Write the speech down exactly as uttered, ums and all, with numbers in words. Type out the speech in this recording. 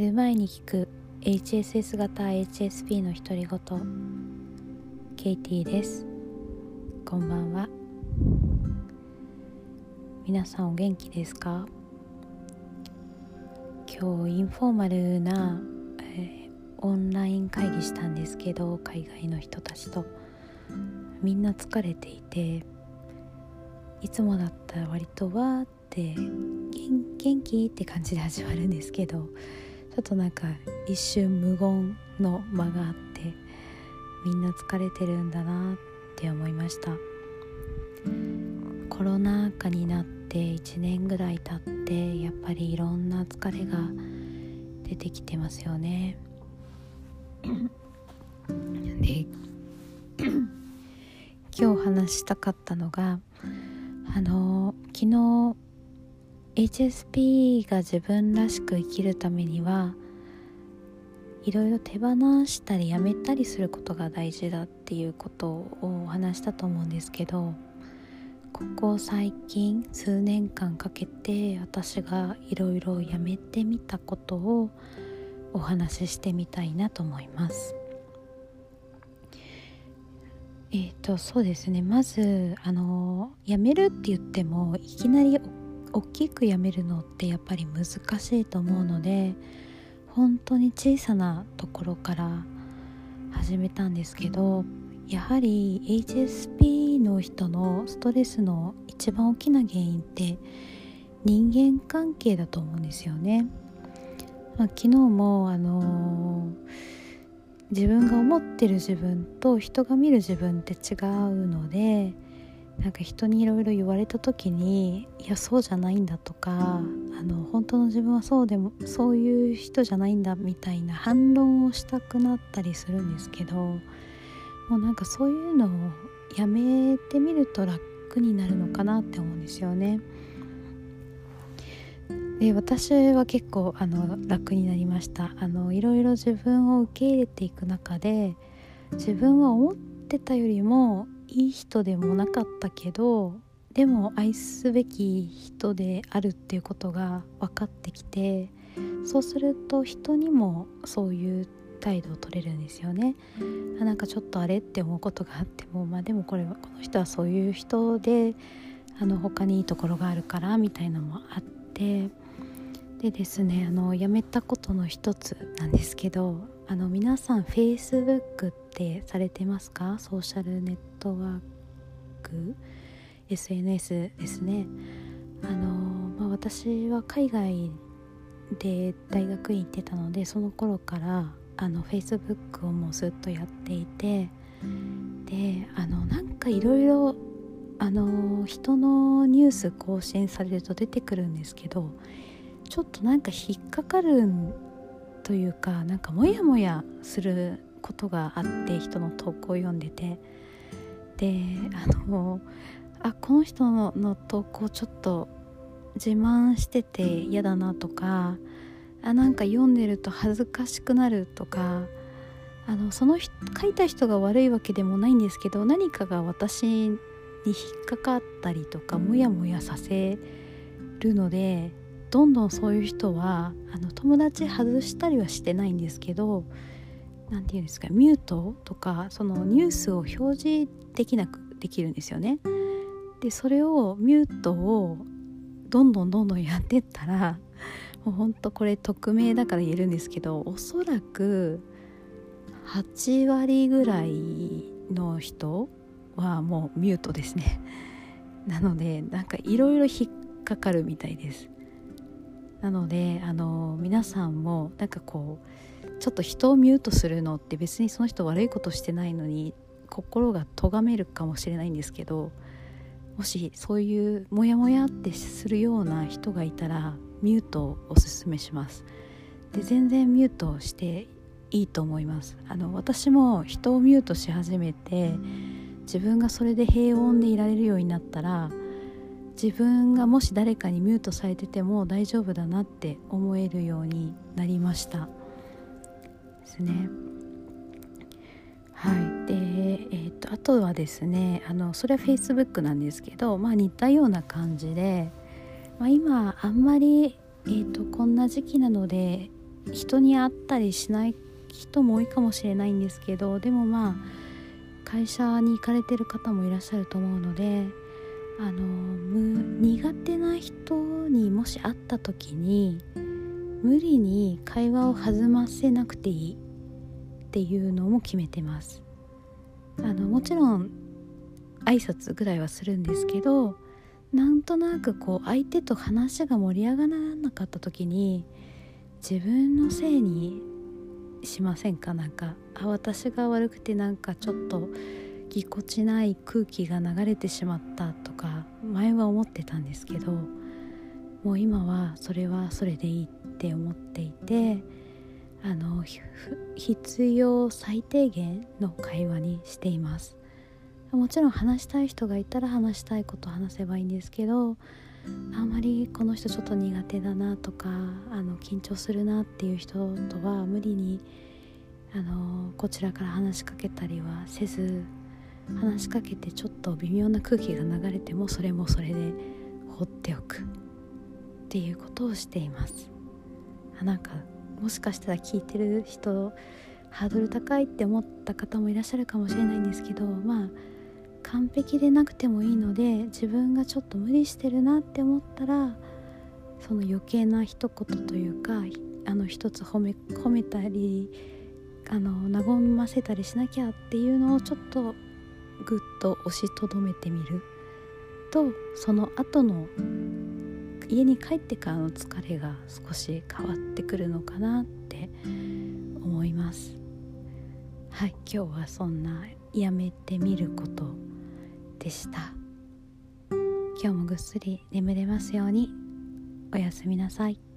る前に聞く エイチエスエス 型 エイチエスピー の独り言、ケイティです。こんばんは。皆さんお元気ですか？今日インフォーマルな、えー、オンライン会議したんですけど、海外の人たちとみんな疲れていて、いつもだったら割とわーって元, 元気って感じで始まるんですけど、ちょっとなんか一瞬無言の間があって、みんな疲れてるんだなって思いました。コロナ禍になっていちねんぐらい経って、やっぱりいろんな疲れが出てきてますよね。で今日話したかったのが、あの昨日 エイチエスピー が自分らしく生きるためにはいろいろ手放したりやめたりすることが大事だっていうことを話したと思うんですけど、ここ最近数年間かけて私がいろいろやめてみたことをお話ししてみたいなと思います。えーとそうですね、まずあのやめるって言ってもいきなり大きくやめるのってやっぱり難しいと思うので、本当に小さなところから始めたんですけど、やはり エイチエスピー の人のストレスの一番大きな原因って人間関係だと思うんですよね。まあ、昨日もあのー自分が思ってる自分と人が見る自分って違うので、なんか人にいろいろ言われた時に、いやそうじゃないんだとか、あの本当の自分はそうでもそういう人じゃないんだみたいな反論をしたくなったりするんですけど、もうなんかそういうのをやめてみると楽になるのかなって思うんですよね。で私は結構あの楽になりました。あのいろいろ自分を受け入れていく中で、自分は思ってたよりもいい人でもなかったけど、でも愛すべき人であるっていうことが分かってきて、そうすると人にもそういう態度を取れるんですよね。あなんかちょっとあれって思うことがあっても、まあでもこれはこの人はそういう人で、あの他にいいところがあるからみたいなのもあって、でですね、あのやめたことの一つなんですけど、あの皆さん Facebook ってされてますか？ソーシャルネットワーク エスエヌエス ですね。あの、まあ、私は海外で大学院行ってたので、その頃からあの Facebook をもうずっとやっていて、であのなんかいろいろあの人のニュース更新されると出てくるんですけど、ちょっとなんか引っかかるというか、なんかモヤモヤすることがあって、人の投稿を読んでて、であのあこの人 の, の投稿ちょっと自慢してて嫌だなとか、あなんか読んでると恥ずかしくなるとか、あのその人書いた人が悪いわけでもないんですけど、何かが私に引っかかったりとかモヤモヤさせるので、どんどんそういう人はあの友達外したりはしてないんですけど、なんていうんですか、ミュートとかそのニュースを表示できなくできるんですよね。でそれをミュートをどんどんどんどんやってったら、もうほんとこれ匿名だから言えるんですけど、おそらくはちわりぐらいの人はもうミュートですね。なのでなんかいろいろ引っかかるみたいです。なのであの皆さんもなんかこうちょっと人をミュートするのって別にその人悪いことしてないのに心が咎めるかもしれないんですけど、もしそういうモヤモヤってするような人がいたらミュートをおすすめします。で全然ミュートしていいと思います。あの私も人をミュートし始めて、自分がそれで平穏でいられるようになったら、自分がもし誰かにミュートされてても大丈夫だなって思えるようになりましたですね。はい。で、えーと、あとはですね、あのそれは Facebook なんですけど、まあ似たような感じで、まあ、今あんまり、えーと、こんな時期なので人に会ったりしない人も多いかもしれないんですけど、でもまあ会社に行かれてる方もいらっしゃると思うので、あのむ苦手な人にもし会った時に無理に会話を弾ませなくていいっていうのも決めてます。あのもちろん挨拶ぐらいはするんですけど、なんとなくこう相手と話が盛り上がらなかった時に自分のせいにしませんか？なんかあ私が悪くてなんかちょっとぎこちない空気が流れてしまったとか前は思ってたんですけど、もう今はそれはそれでいいって思っていて、あの必要最低限の会話にしています。もちろん話したい人がいたら話したいこと話せばいいんですけど、あんまりこの人ちょっと苦手だなとかあの緊張するなっていう人とは無理にあのこちらから話しかけたりはせず、話しかけてちょっと微妙な空気が流れてもそれもそれで放っておくっていうことをしています。あなんかもしかしたら聞いてる人ハードル高いって思った方もいらっしゃるかもしれないんですけど、まあ完璧でなくてもいいので、自分がちょっと無理してるなって思ったらその余計な一言というかあの一つ褒め、褒めたりあの和ませたりしなきゃっていうのをちょっとぐっと押しとどめてみると、その後の家に帰ってからの疲れが少し変わってくるのかなって思います。はい、今日はそんなやめてみることでした。今日もぐっすり眠れますように。おやすみなさい。